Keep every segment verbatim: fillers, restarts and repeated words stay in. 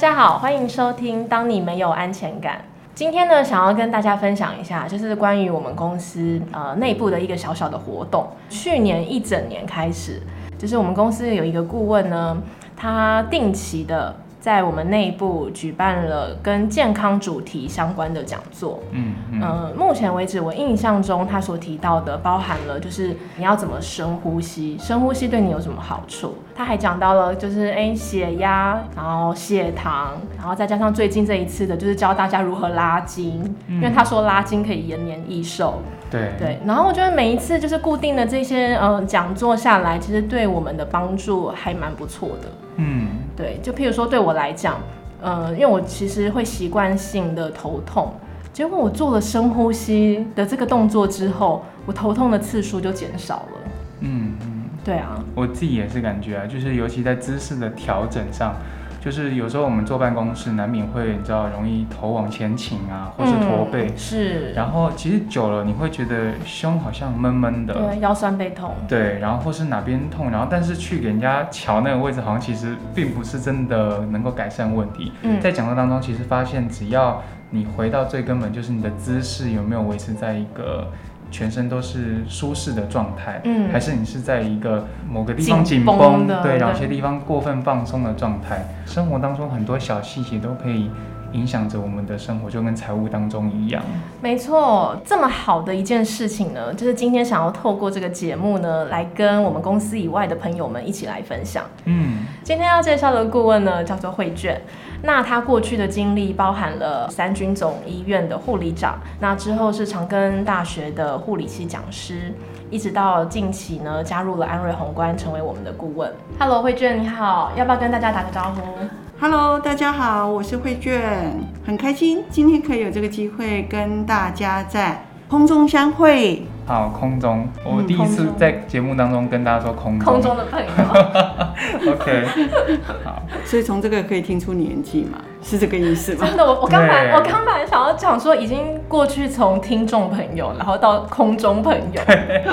家好，欢迎收听当你没有安全感。今天呢，想要跟大家分享一下，就是关于我们公司呃内部的一个小小的活动。去年一整年开始，就是我们公司有一个顾问呢，他定期的在我们内部举办了跟健康主题相关的讲座。嗯嗯、呃，目前为止我印象中他所提到的包含了就是你要怎么深呼吸，深呼吸对你有什么好处。他还讲到了就是哎血压，然后血糖，然后再加上最近这一次的就是教大家如何拉筋，嗯、因为他说拉筋可以延年益寿。 对对，然后我觉得每一次就是固定的这些呃讲座下来，其实对我们的帮助还蛮不错的。嗯，对，就譬如说对我来讲，呃，因为我其实会习惯性的头痛，结果我做了深呼吸的这个动作之后，我头痛的次数就减少了。嗯嗯，对啊， 我自己也是感觉啊，就是尤其在姿势的调整上。就是有时候我们坐办公室难免会你知道容易头往前倾啊，或是驼背、嗯，是。然后其实久了你会觉得胸好像闷闷的， 对，腰酸背痛， 对，然后或是哪边痛，然后但是去给人家瞧那个位置，好像其实并不是真的能够改善问题。嗯，在讲座当中，其实发现只要你回到最根本，就是你的姿势有没有维持在一个全身都是舒适的状态，嗯，还是你是在一个某个地方紧绷，对，然后有些地方过分放松的状态。生活当中很多小细节都可以影响着我们的生活，就跟财务当中一样。 没错，这么好的一件事情呢，就是今天想要透过这个节目呢，来跟我们公司以外的朋友们一起来分享。嗯，今天要介绍的顾问呢，叫做慧娟。那他过去的经历包含了三军总医院的护理长，那之后是长庚大学的护理系讲师，一直到近期呢加入了安瑞宏观，成为我们的顾问。Hello， 慧娟你好，要不要跟大家打个招呼 ？Hello， 大家好，我是慧娟，很开心今天可以有这个机会跟大家在空中相会。 好，空中，我第一次在节目当中跟大家说空中， 空中的朋友。 OK， 好， 所以从这个可以听出年纪嘛，是这个意思吗？ 真的，我我刚才我刚才想要讲说，已经过去从听众朋友，然后到空中朋友。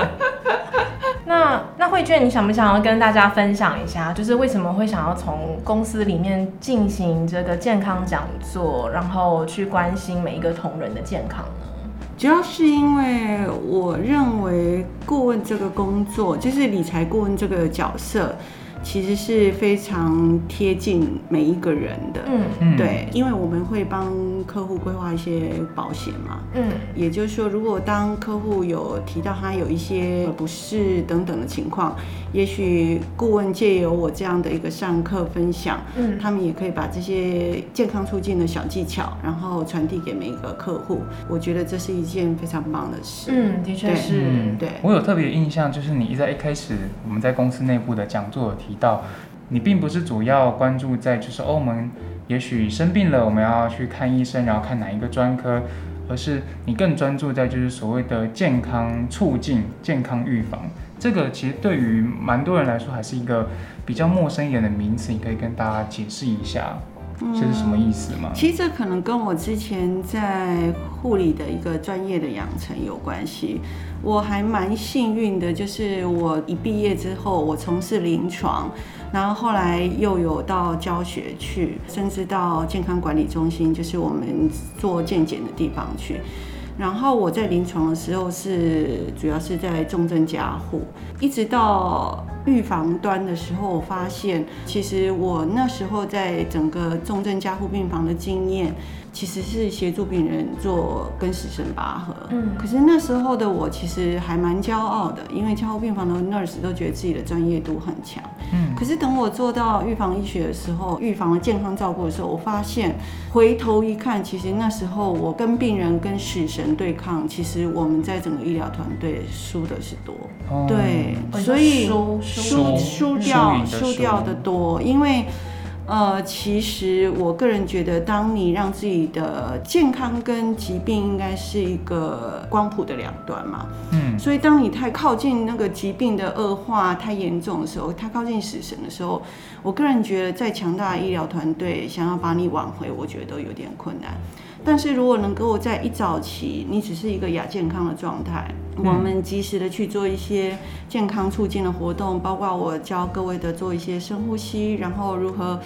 那那慧娟，你想不想要跟大家分享一下，就是为什么会想要从公司里面进行这个健康讲座，然后去关心每一个同仁的健康呢？ 主要是因为我认为顾问这个工作，就是理财顾问这个角色，其实是非常贴近每一个人的。嗯，对，因为我们会帮客户规划一些保险嘛。嗯，也就是说，如果当客户有提到他有一些不适等等的情况，也许顾问借由我这样的一个上课分享，嗯，他们也可以把这些健康促进的小技巧，然后传递给每一个客户。我觉得这是一件非常棒的事。 嗯，的确是。 嗯，对。我有特别印象，就是你在一开始我们在公司内部的讲座有提到，你并不是主要关注在就是哦，我们也许生病了，我们要去看医生，然后看哪一个专科，而是你更专注在就是所谓的健康促进、健康预防。这个其实对于蛮多人来说还是一个比较陌生一点的名词，你可以跟大家解释一下。这是什么意思吗？ 嗯、其实这可能跟我之前在护理的一个专业的养成有关系。我还蛮幸运的，就是我一毕业之后，我从事临床，然后后来又有到教学去，甚至到健康管理中心，就是我们做健检的地方去。然后我在临床的时候是主要是在重症加护，一直到预防端的时候，我发现其实我那时候在整个重症加护病房的经验，其实是协助病人做跟死神拔河。嗯，可是那时候的我其实还蛮骄傲的，因为加护病房的 nurse 都觉得自己的专业度很强。嗯，可是等我做到预防医学的时候，预防的健康照顾的时候，我发现回头一看，其实那时候我跟病人跟死神对抗，其实我们在整个医疗团队输的是多。哦、对，所以输输输掉输掉的多，因为。呃，其实我个人觉得，当你让自己的健康跟疾病应该是一个光谱的两端嘛，嗯，所以当你太靠近那个疾病的恶化太严重的时候，太靠近死神的时候，我个人觉得再强大的医疗团队想要把你挽回，我觉得都有点困难。但是如果能够在一早期，你只是一个亚健康的状态，嗯、我们及时的去做一些健康促进的活动，包括我教各位的做一些深呼吸，然后如何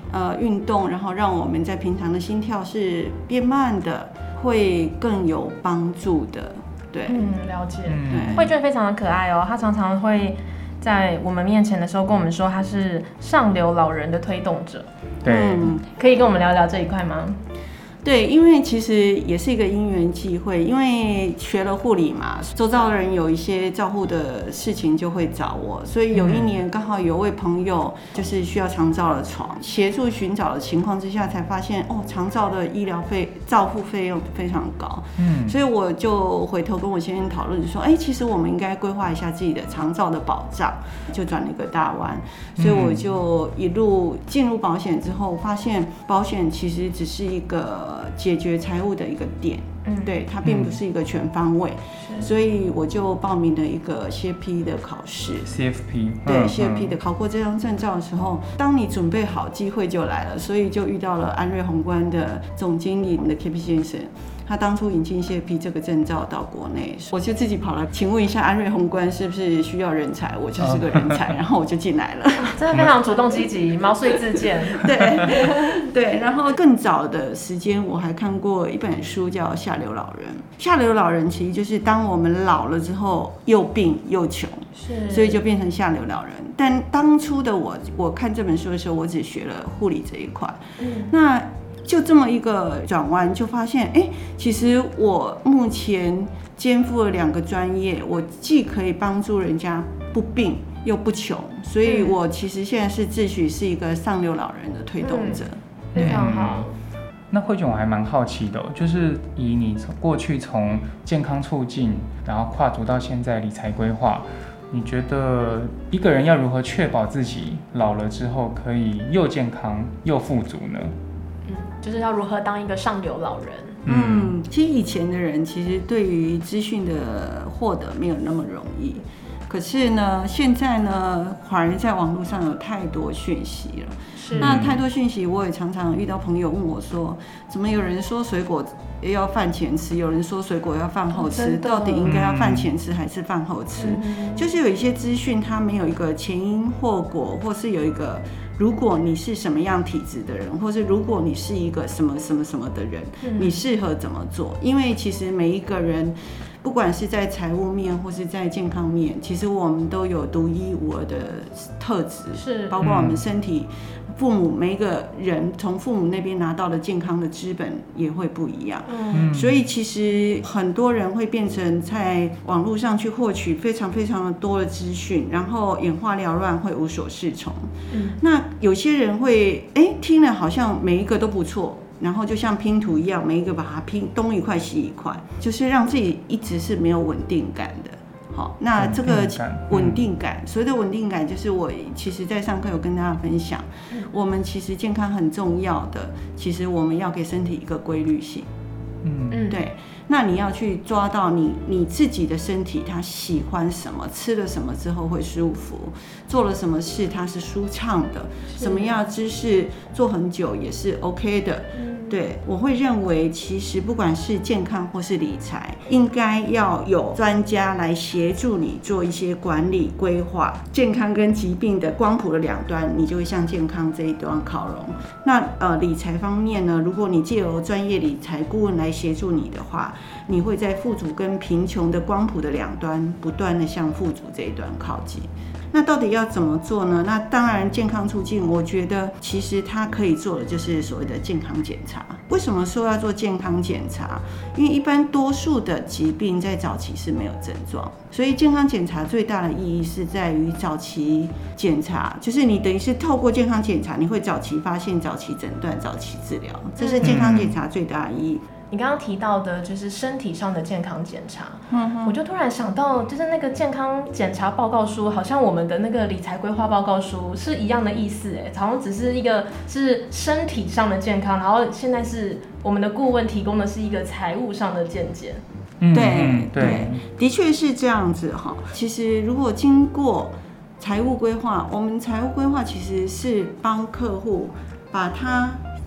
呃运动，然后让我们在平常的心跳是变慢的，会更有帮助的。对， 嗯，了解。 对， 慧娟非常的可爱哦，她常常会在我们面前的时候跟我们说，她是上流老人的推动者。 对， 嗯，可以跟我们聊聊这一块吗？ 对，因为其实也是一个因缘际会，因为学了护理嘛，周遭的人有一些照护的事情就会找我，所以有一年刚好有位朋友就是需要长照的床，协助寻找的情况之下，才发现哦，长照的医疗费照护费用非常高，嗯，所以我就回头跟我先生讨论说，哎，其实我们应该规划一下自己的长照的保障，就转了一个大弯，所以我就一路进入保险之后，发现保险其实只是一个解决财务的一个点，嗯，对，它并不是一个全方位，嗯，所以我就报名了一个 C F P 的考试 ，C F P， 对，嗯，C F P 的考过这张证照的时候，当你准备好，机会就来了，所以就遇到了安瑞宏观的总经理的 K P 先生。他当初引进 C F P 这个证照到国内，我就自己跑来，请问一下安瑞宏观是不是需要人才？我就是个人才，然后我就进来了， 真的非常主动积极，毛遂自荐。 对对，然后更早的时间，我还看过一本书叫《下流老人》。下流老人其实就是当我们老了之后，又病又穷，是，所以就变成下流老人。但当初的我，我看这本书的时候，我只学了护理这一块，嗯，那。就这么一个转弯，就发现，哎，其实我目前肩负了两个专业，我既可以帮助人家不病又不穷，所以我其实现在是自诩是一个上流老人的推动者， 嗯，非常好。 那慧娟，我还蛮好奇的，就是以你过去从健康促进，然后跨足到现在理财规划，你觉得一个人要如何确保自己老了之后可以又健康又富足呢？ 就是要如何当一个上流老人。 嗯，其实以前的人其实对于资讯的获得没有那么容易，可是呢，现在呢，反而在网络上有太多讯息了。是，那太多讯息，我也常常遇到朋友问我说，怎么有人说水果要饭前吃，有人说水果要饭后吃，到底应该要饭前吃还是饭后吃？嗯，就是有一些资讯它没有一个前因后果，或是有一个。如果你是什么样体质的人，或是如果你是一个什么什么什么的人，你适合怎么做？因为其实每一个人，不管是在财务面或是在健康面，其实我们都有独一无二的特质，是包括我们身体。父母每一个人从父母那边拿到的健康的资本也会不一样，嗯，所以其实很多人会变成在网络上去获取非常非常的多的资讯，然后眼花缭乱，会无所适从。嗯，那有些人会哎听了好像每一个都不错，然后就像拼图一样，每一个把它拼东一块西一块，就是让自己一直是没有稳定感的。好，那这个稳定感，所谓的稳定感，就是我其实在上课有跟大家分享，我们其实健康很重要的，其实我们要给身体一个规律性。嗯，对。那你要去抓到你你自己的身体，它喜欢什么，吃了什么之后会舒服，做了什么事它是舒畅的，什么样的姿势做很久也是 OK 的。对，我会认为其实不管是健康或是理财，应该要有专家来协助你做一些管理规划。健康跟疾病的光谱的两端，你就会向健康这一端靠拢。那呃理财方面呢，如果你借由专业理财顾问来协助你的话，你会在富足跟贫穷的光谱的两端，不断的向富足这一端靠近。那到底要怎么做呢？那当然，健康促进，我觉得其实它可以做的就是所谓的健康检查。为什么说要做健康检查？因为一般多数的疾病在早期是没有症状，所以健康检查最大的意义是在于早期检查，就是你等于是透过健康检查，你会早期发现、早期诊断、早期治疗，这是健康检查最大的意义。 你刚刚提到的就是身体上的健康检查，嗯，我就突然想到，就是那个健康检查报告书，好像我们的那个理财规划报告书是一样的意思，哎，好像只是一个是身体上的健康，然后现在是我们的顾问提供的是一个财务上的见解。 嗯，对对，的确是这样子哈。其实如果经过财务规划，我们财务规划其实是帮客户把他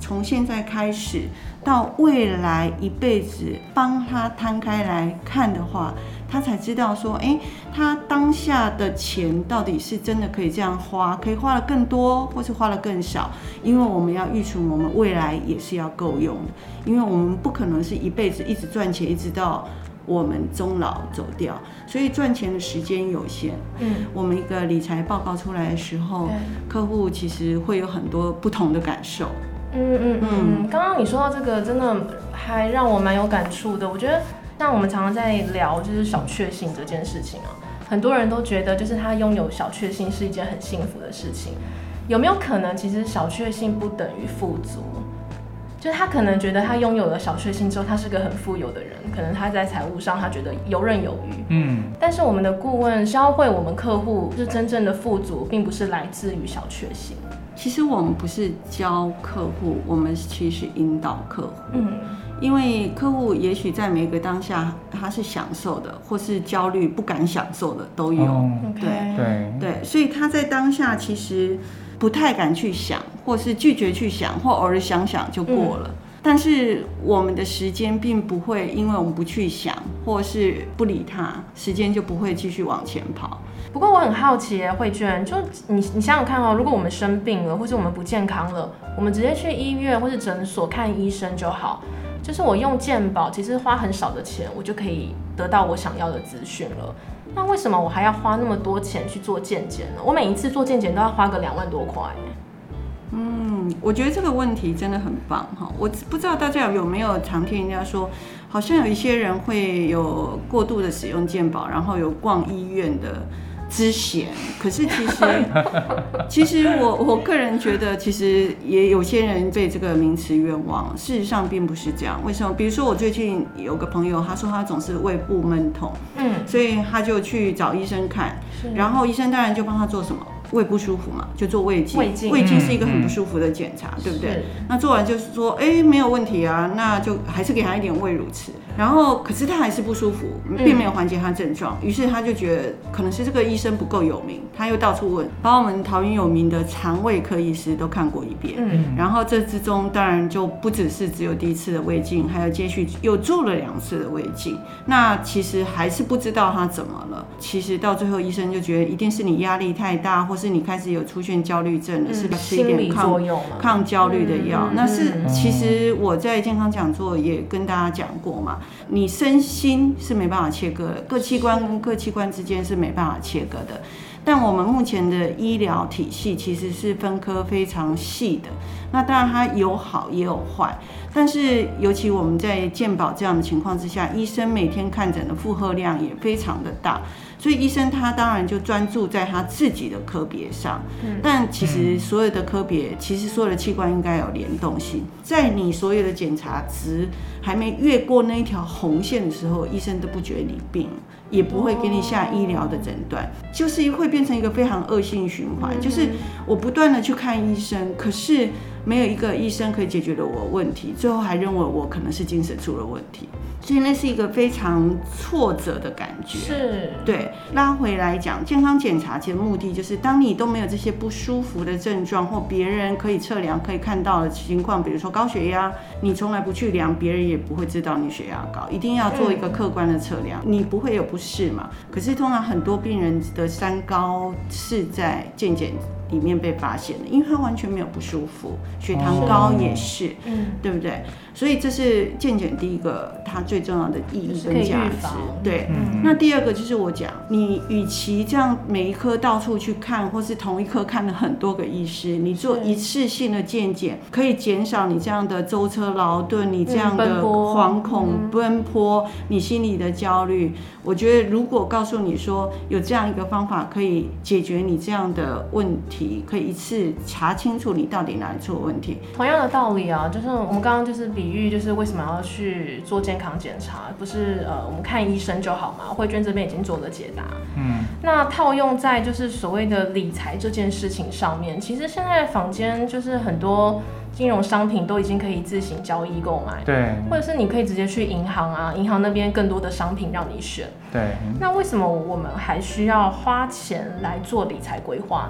从现在开始到未来一辈子，帮他摊开来看的话，他才知道说，哎，他当下的钱到底是真的可以这样花，可以花的更多，或是花的更少，因为我们要预存我们未来也是要够用的，因为我们不可能是一辈子一直赚钱，一直到我们终老走掉，所以赚钱的时间有限。嗯，我们一个理财报告出来的时候，客户其实会有很多不同的感受。 嗯嗯嗯，刚刚你说到这个，真的还让我蛮有感触的。我觉得像我们常常在聊就是小确幸这件事情啊，很多人都觉得就是他拥有小确幸是一件很幸福的事情。有没有可能其实小确幸不等于富足？就是他可能觉得他拥有了小确幸之后，他是个很富有的人，可能他在财务上他觉得游刃有余。嗯，但是我们的顾问教会我们客户，就是真正的富足，并不是来自于小确幸。 其实我们不是教客户，我们其实引导客户。嗯，因为客户也许在每个当下他是享受的，或是焦虑不敢享受的都有。哦、对对对，所以他在当下其实不太敢去想，或是拒绝去想，或偶尔想想就过了。嗯，但是我们的时间并不会因为我们不去想，或是不理他，时间就不会继续往前跑。 不过我很好奇，慧娟，就你你想想看哦，如果我们生病了，或是我们不健康了，我们直接去医院或是诊所看医生就好。就是我用健保，其实花很少的钱，我就可以得到我想要的资讯了。那为什么我还要花那么多钱去做健检呢？我每一次做健检都要花个两万多块。 嗯，我觉得这个问题真的很棒哈。我不知道大家有没有常听人家说，好像有一些人会有过度的使用健保，然后有逛医院的之嫌。可是其实，其实我我个人觉得，其实也有些人被这个名词冤枉。事实上并不是这样。为什么？比如说我最近有个朋友，他说他总是胃部闷痛，嗯，所以他就去找医生看，然后医生当然就帮他做什么？胃不舒服嘛，就做胃镜。胃镜，胃镜是一个很不舒服的检查，嗯、对不对？那做完就是说，哎，没有问题啊，那就还是给他一点胃乳吃。然后，可是他还是不舒服，并没有缓解他症状。于是他就觉得可能是这个医生不够有名，他又到处问，把我们桃园有名的肠胃科医师都看过一遍。嗯，然后这之中当然就不只是只有第一次的胃镜，还有接续又做了两次的胃镜。那其实还是不知道他怎么了。其实到最后，医生就觉得一定是你压力太大，或是你开始有出现焦虑症了，嗯、是吃一点抗抗焦虑的药。嗯、那是、嗯、其实我在健康讲座也跟大家讲过嘛，你身心是没办法切割的，各器官跟各器官之间是没办法切割的。但我们目前的医疗体系其实是分科非常细的，那当然它有好也有坏，但是尤其我们在健保这样的情况之下，医生每天看诊的负荷量也非常的大，所以医生他当然就专注在他自己的科别上，嗯、但其实所有的科别，其实所有的器官应该有联动性，在你所有的检查值还没越过那一条红线的时候，医生都不觉得你病，也不会给你下医疗的诊断，就是会变成一个非常恶性循环。就是我不断的去看医生，可是没有一个医生可以解决了我的问题，最后还认为我可能是精神出了问题，所以那是一个非常挫折的感觉。是，对。拉回来讲，健康检查其实目的就是，当你都没有这些不舒服的症状，或别人可以测量、可以看到的情况，比如说高血压，你从来不去量，别人也不会知道你血压高，一定要做一个客观的测量，你不会有不适嘛。可是通常很多病人的三高是在健检里面被发现的，因为他完全没有不舒服，血糖高也是，嗯，对不对？所以这是健检第一个它最重要的意义跟价值。对，嗯、那第二个就是我讲，你与其这样每一科到处去看，或是同一科看了很多个医师，你做一次性的健检，可以减少你这样的舟车劳顿，你这样的惶恐奔波，你心里的焦虑。我觉得如果告诉你说有这样一个方法可以解决你这样的问题，可以一次查清楚你到底哪里出了问题。 同样的道理啊，就是我们刚刚就是比喻，就是为什么要去做健康检查，不是呃我们看医生就好嘛？慧娟这边已经做了解答。嗯，那套用在就是所谓的理财这件事情上面，其实现在坊间就是很多金融商品都已经可以自行交易购买，对，或者是你可以直接去银行啊，银行那边更多的商品让你选，对。那为什么我们还需要花钱来做理财规划呢？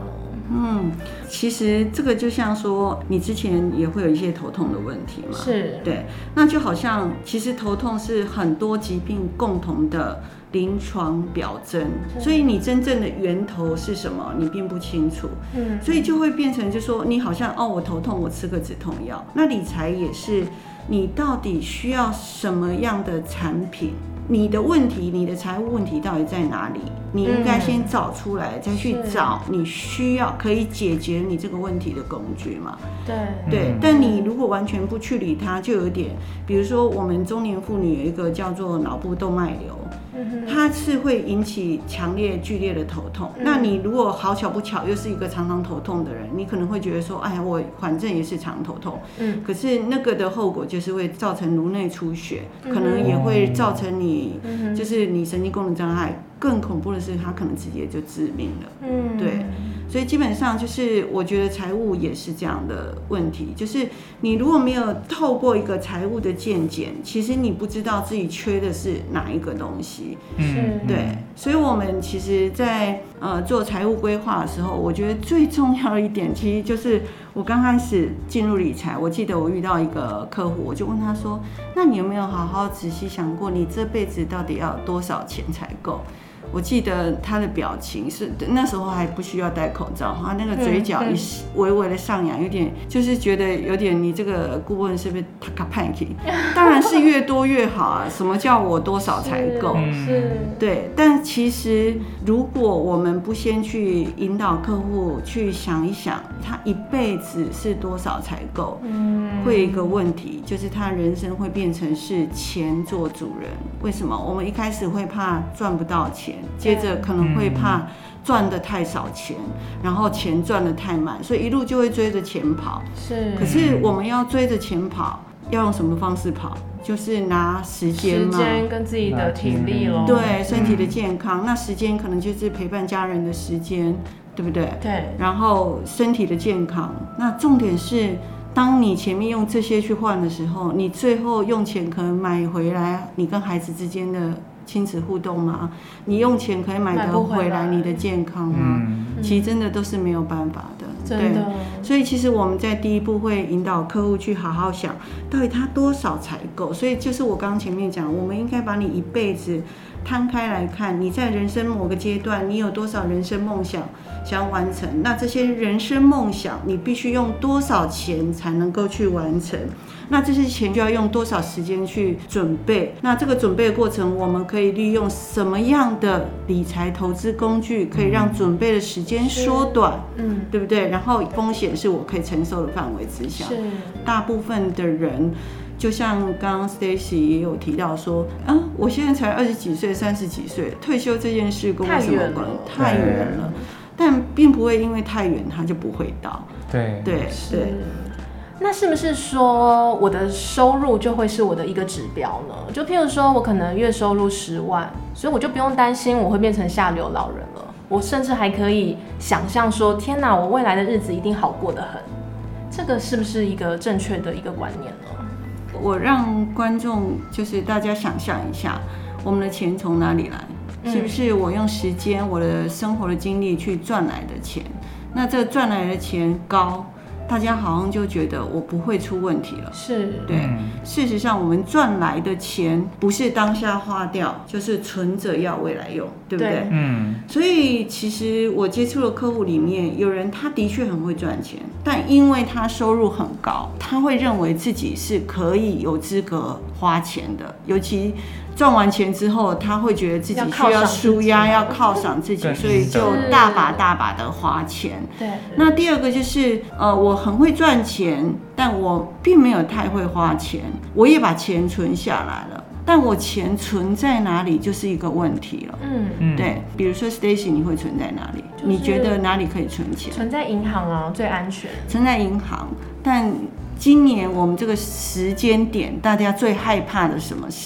嗯，其实这个就像说，你之前也会有一些头痛的问题嘛， 是， 对，那就好像其实头痛是很多疾病共同的临床表征，所以你真正的源头是什么，你并不清楚，嗯，所以就会变成就说，你好像哦，我头痛，我吃个止痛药。那理财也是，你到底需要什么样的产品？你的问题，你的财务问题到底在哪里？你应该先找出来，嗯、再去找你需要可以解决你这个问题的工具嘛。 对对，但你如果完全不去理它，就有点，比如说我们中年妇女有一个叫做脑部动脉瘤。它是会引起强烈剧烈的头痛。嗯、那你如果好巧不巧又是一个常常头痛的人，你可能会觉得说，哎呀，我反正也是常头痛。嗯。可是那个的后果就是会造成颅内出血，嗯、可能也会造成你，嗯、就是你神经功能障碍。更恐怖的是，它可能直接就致命了。嗯。对。所以基本上就是，我觉得财务也是这样的问题，就是你如果没有透过一个财务的见解，其实你不知道自己缺的是哪一个东西。嗯，对。所以我们其实在呃做财务规划的时候，我觉得最重要的一点，其实就是我刚开始进入理财，我记得我遇到一个客户，我就问他说：“那你有没有好好仔细想过，你这辈子到底要多少钱才够？”我记得他的表情是那时候还不需要戴口罩，他那个嘴角一微微的上扬，有点就是觉得有点你这个顾问是不是他卡叛逆？当然是越多越好啊！什么叫我多少才够？是，对。但其实如果我们不先去引导客户去想一想，他一辈子是多少才够？嗯，会有一个问题，就是他人生会变成是钱做主人。为什么？我们一开始会怕赚不到钱。接着可能会怕赚的太少钱，然后钱赚的太慢，所以一路就会追着钱跑。是，可是我们要追着钱跑，要用什么方式跑？就是拿时间嘛， 时间跟自己的体力咯。 对，身体的健康。嗯、那时间可能就是陪伴家人的时间，对不对？对。然后身体的健康，那重点是。当你前面用这些去换的时候，你最后用钱可能买回来你跟孩子之间的亲子互动吗？你用钱可以买得回来你的健康吗？嗯、其实真的都是没有办法的。真的。所以其实我们在第一步会引导客户去好好想，到底他多少才够。所以就是我刚刚前面讲，我们应该把你一辈子摊开来看，你在人生某个阶段，你有多少人生梦想想要完成？那这些人生梦想，你必须用多少钱才能够去完成？那这些钱就要用多少时间去准备？那这个准备的过程，我们可以利用什么样的理财投资工具，可以让准备的时间缩短？嗯，对不对？然后风险是我可以承受的范围之下。是，大部分的人。就像刚刚 Stacy 也有提到说，啊，我现在才二十几岁、三十几岁，退休这件事跟我什么关系？太远了，但并不会因为太远它就不会到。对对对。 那是不是说我的收入就会是我的一个指标呢？就譬如说我可能月收入十万，所以我就不用担心我会变成下流老人了。我甚至还可以想象说，天哪，我未来的日子一定好过得很。这个是不是一个正确的一个观念呢？ 我让观众就是大家想象一下，我们的钱从哪里来？嗯、是不是我用时间、我的生活的经历去赚来的钱？那这赚来的钱高，大家好像就觉得我不会出问题了。是，对。嗯、事实上，我们赚来的钱不是当下花掉，就是存着要未来用，对不对？对嗯。所以其实我接触的客户里面，有人他的确很会赚钱，但因为他收入很高，他会认为自己是可以有资格花钱的，尤其赚完钱之后，他会觉得自己需要抒压，要犒赏自己，所以就大把大把的花钱。对。那第二个就是，呃，我很会赚钱，但我并没有太会花钱，我也把钱存下来了。但我钱存在哪里就是一个问题了。嗯，对，比如说 Stacy， 你会存在哪里？就是、你觉得哪里可以存钱？ 存在银行啊，最安全。 存在银行，但今年我们这个时间点，大家最害怕的什么事？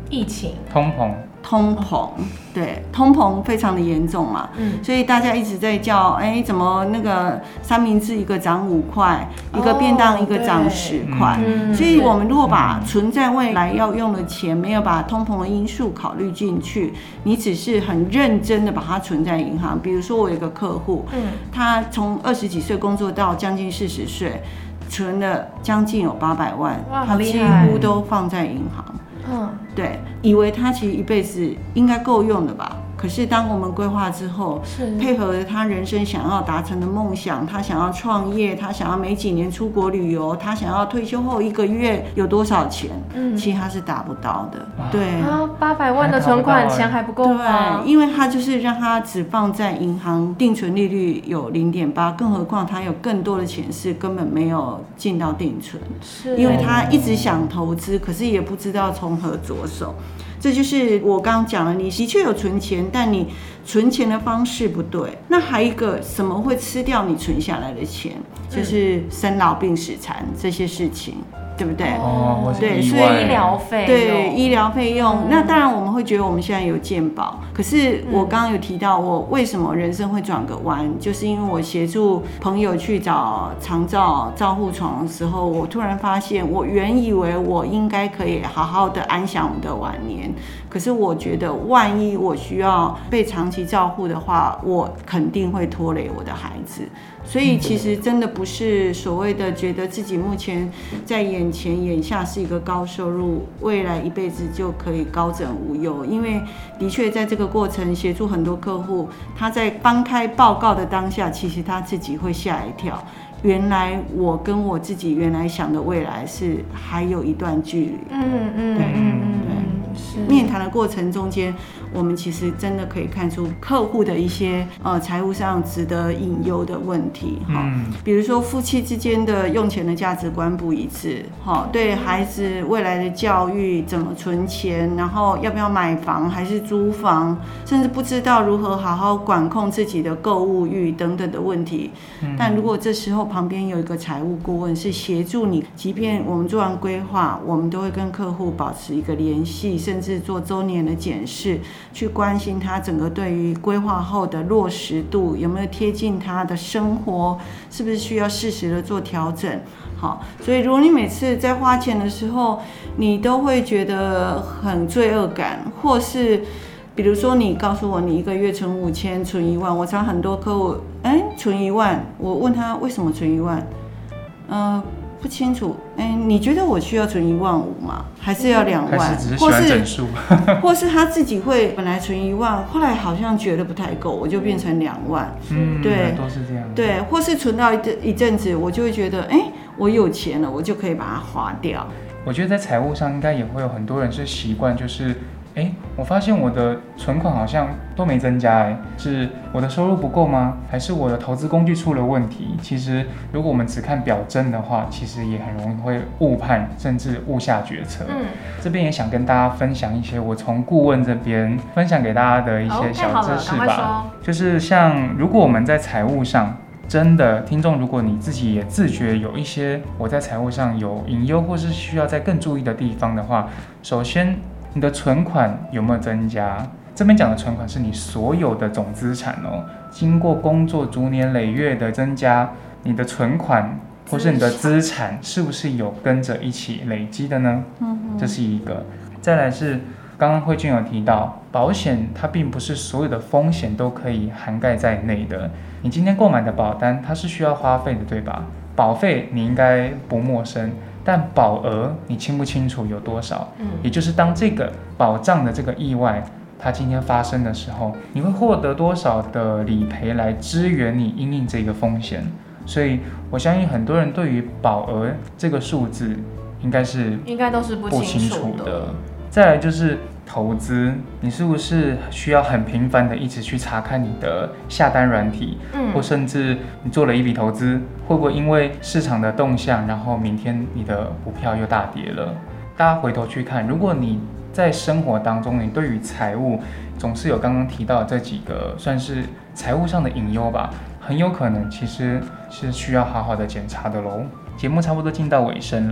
疫情、 通膨。 通膨，对，通膨非常的严重嘛，嗯，所以大家一直在叫，哎、欸，怎么那个三明治一个涨五块，一个便当一个涨十块，嗯，所以我们如果把存在未来要用的钱，没有把通膨的因素考虑进去，你只是很认真的把它存在银行，比如说我有一个客户，嗯，他从二十几岁工作到将近四十岁，存了将近有八百万，他几乎都放在银行。嗯，对，以为他其实一辈子应该够用的吧。可是当我们规划之后，配合他人生想要达成的梦想，他想要创业，他想要每几年出国旅游，他想要退休后一个月有多少钱，嗯，其实他是达不到的。对啊，八百万的存款钱还不够吗？ 对，因为他就是让他只放在银行，定存利率有零点八，更何况他有更多的钱是根本没有进到定存，是因为他一直想投资，可是也不知道从何着手。这就是我刚刚讲了，你的确有存钱，但你存钱的方式不对。那还有一个什么会吃掉你存下来的钱，就是生老病死残这些事情。对不对？ 哦， 对， 所以医疗费对医疗费用，嗯，那当然我们会觉得我们现在有健保，可是我刚刚有提到我为什么人生会转个弯，就是因为我协助朋友去找长照照护床的时候，我突然发现，我原以为我应该可以好好的安享我的晚年，可是我觉得万一我需要被长期照护的话，我肯定会拖累我的孩子。所以其实真的不是所谓的觉得自己目前在眼前眼下是一个高收入，未来一辈子就可以高枕无忧。因为的确在这个过程协助很多客户，他在翻开报告的当下，其实他自己会吓一跳，原来我跟我自己原来想的未来是还有一段距离。嗯嗯，对嗯对。面谈的过程中间，我们其实真的可以看出客户的一些呃财务上值得隐忧的问题哈，嗯，比如说夫妻之间的用钱的价值观不一致，哈，对孩子未来的教育怎么存钱，然后要不要买房还是租房，甚至不知道如何好好管控自己的购物欲等等的问题。嗯，但如果这时候旁边有一个财务顾问是协助你，即便我们做完规划，我们都会跟客户保持一个联系，甚至做周年的检视，去关心他整个对于规划后的落实度有没有贴近他的生活，是不是需要适时的做调整。好，所以如果你每次在花钱的时候，你都会觉得很罪恶感，或是比如说你告诉我你一个月存五千，存一万，我常很多客户，哎，存一万，我问他为什么存一万，呃。不清楚，哎，你觉得我需要存一万五吗？还是要两万？ 还是只是喜欢整数？ 或是他自己会本来存一万，后来好像觉得不太够，我就变成两万。 嗯， 对， 都是这样。 对，或是存到一一阵子，我就会觉得，哎，我有钱了，我就可以把它花掉。 我觉得在财务上应该也会有很多人是习惯，就是。哎，我发现我的存款好像都没增加，哎，是我的收入不够吗？还是我的投资工具出了问题？其实，如果我们只看表征的话，其实也很容易会误判，甚至误下决策。嗯，这边也想跟大家分享一些我从顾问这边分享给大家的一些小知识吧。就是像如果我们在财务上，真的听众，如果你自己也自觉有一些我在财务上有隐忧，或是需要再更注意的地方的话，首先。你的存款有没有增加？这边讲的存款是你所有的总资产哦，经过工作逐年累月的增加，你的存款或是你的资产是不是有跟着一起累积的呢？嗯，这是一个。再来是刚刚慧君有提到，保险它并不是所有的风险都可以涵盖在内的。你今天购买的保单，它是需要花费的，对吧？保费你应该不陌生。但保额你清不清楚有多少？嗯，也就是当这个保障的这个意外它今天发生的时候，你会获得多少的理赔来支援你因应这个风险？所以我相信很多人对于保额这个数字应该是应该都是不清楚的。 再来就是投资，你是不是需要很频繁的一直去查看你的下单软体，嗯，或甚至你做了一笔投资，会不会因为市场的动向，然后明天你的股票又大跌了？大家回头去看，如果你在生活当中，你对于财务总是有刚刚提到这几个算是财务上的隐忧吧，很有可能其实是需要好好的检查的咯。节目差不多进到尾声了，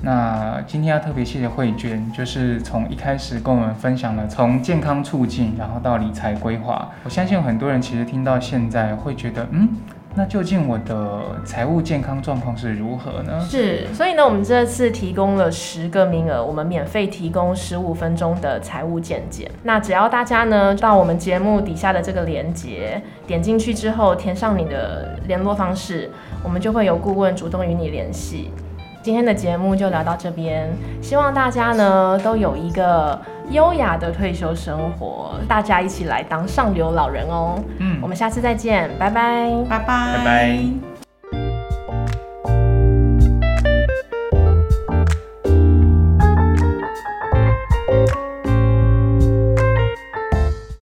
那今天要特别谢谢慧娟，就是从一开始跟我们分享了从健康促进，然后到理财规划。我相信有很多人其实听到现在会觉得，嗯，那究竟我的财务健康状况是如何呢？ 是，所以呢，我们这次提供了十个名额，我们免费提供十五分钟的财务健检。那只要大家呢到我们节目底下的这个连结，点进去之后填上你的联络方式，我们就会有顾问主动与你联系。今天的节目就聊到这边，希望大家呢都有一个优雅的退休生活，大家一起来当上流老人哦。嗯，我们下次再见，拜拜， 拜拜， 拜拜。